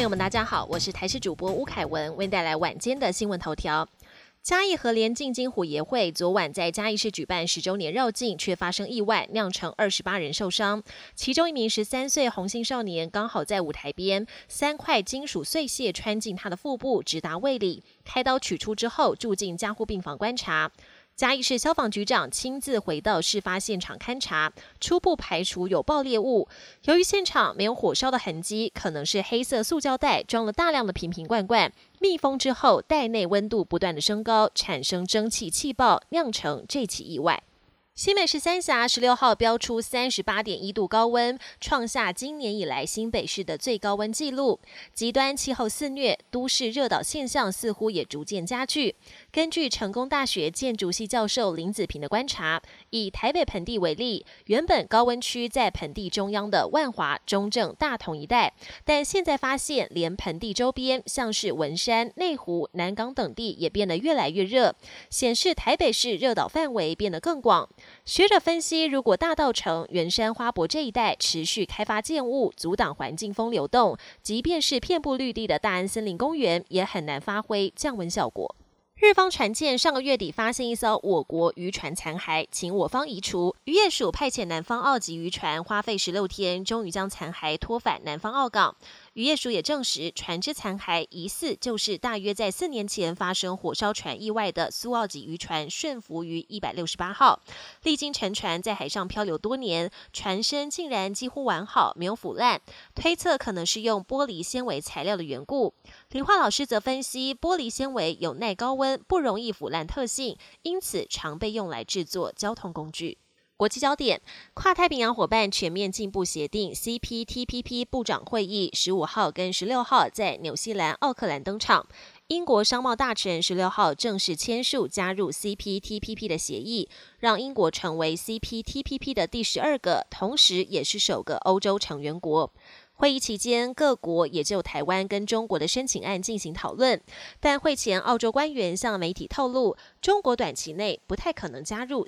友们，大家好，我是台视主播吴凯文，为您带来晚间的新闻头条。嘉义河联进金虎爷会昨晚在嘉义市举办10周年绕境，却发生意外，酿成28人受伤。其中一名13岁洪姓少年刚好在舞台边，3块金属碎屑穿进他的腹部，直达胃里，开刀取出之后住进加护病房观察。嘉义市消防局长亲自回到事发现场勘查，初步排除有爆裂物。由于现场没有火烧的痕迹，可能是黑色塑胶袋装了大量的瓶瓶罐罐，密封之后袋内温度不断的升高，产生蒸汽气爆，酿成这起意外。新北市三峡16号标出38.1度高温，创下今年以来新北市的最高温纪录。极端气候肆虐，都市热岛现象似乎也逐渐加剧。根据成功大学建筑系教授林子平的观察，以台北盆地为例，原本高温区在盆地中央的万华、中正、大同一带，但现在发现连盆地周边，像是文山、内湖、南港等地也变得越来越热，显示台北市热岛范围变得更广。学者分析，如果大稻埕、圆山、花博这一带持续开发建物，阻挡环境风流动，即便是遍布绿地的大安森林公园，也很难发挥降温效果。日方船舰上个月底发现一艘我国渔船残骸，请我方移除。渔业署派遣南方澳籍渔船，花费16天，终于将残骸拖返南方澳港。渔业署也证实，船只残骸疑似就是大约在4年前发生火烧船意外的苏澳籍渔船顺福渔168号。历经沉船在海上漂流多年，船身竟然几乎完好，没有腐烂，推测可能是用玻璃纤维材料的缘故。林化老师则分析，玻璃纤维有耐高温、不容易腐烂特性，因此常被用来制作交通工具。国际焦点：跨太平洋伙伴全面进步协定 （CPTPP） 部长会议15号跟16号在纽西兰奥克兰登场。英国商贸大臣16号正式签署加入 CPTPP 的协议，让英国成为 CPTPP 的第12个，同时也是首个欧洲成员国。会议期间，各国也就台湾跟中国的申请案进行讨论，但会前澳洲官员向媒体透露，中国短期内不太可能加入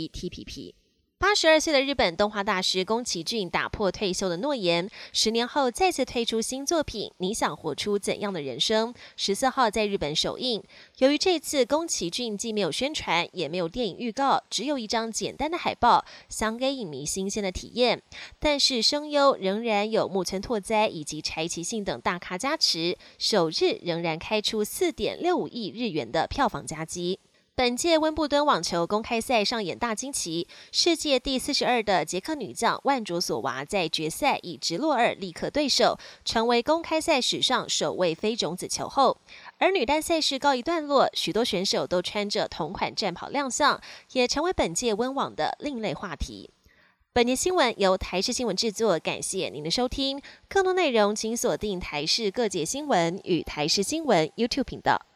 CPTPP。82岁的日本动画大师宫崎骏打破退休的诺言，10年后再次推出新作品《你想活出怎样的人生》，14号在日本首映。由于这次宫崎骏既没有宣传，也没有电影预告，只有一张简单的海报，想给影迷新鲜的体验。但是声优仍然有木村拓哉以及柴崎幸等大咖加持，首日仍然开出4.65亿日元的票房佳绩。本届温布顿网球公开赛上演大惊奇，世界第42的捷克女将万卓索娃在决赛以直落2力克对手，成为公开赛史上首位非种子球后。而女单赛事告一段落，许多选手都穿着同款战袍亮相，也成为本届温网的另类话题。本节新闻由台视新闻制作，感谢您的收听。更多内容请锁定台视各界新闻与台视新闻 YouTube 频道。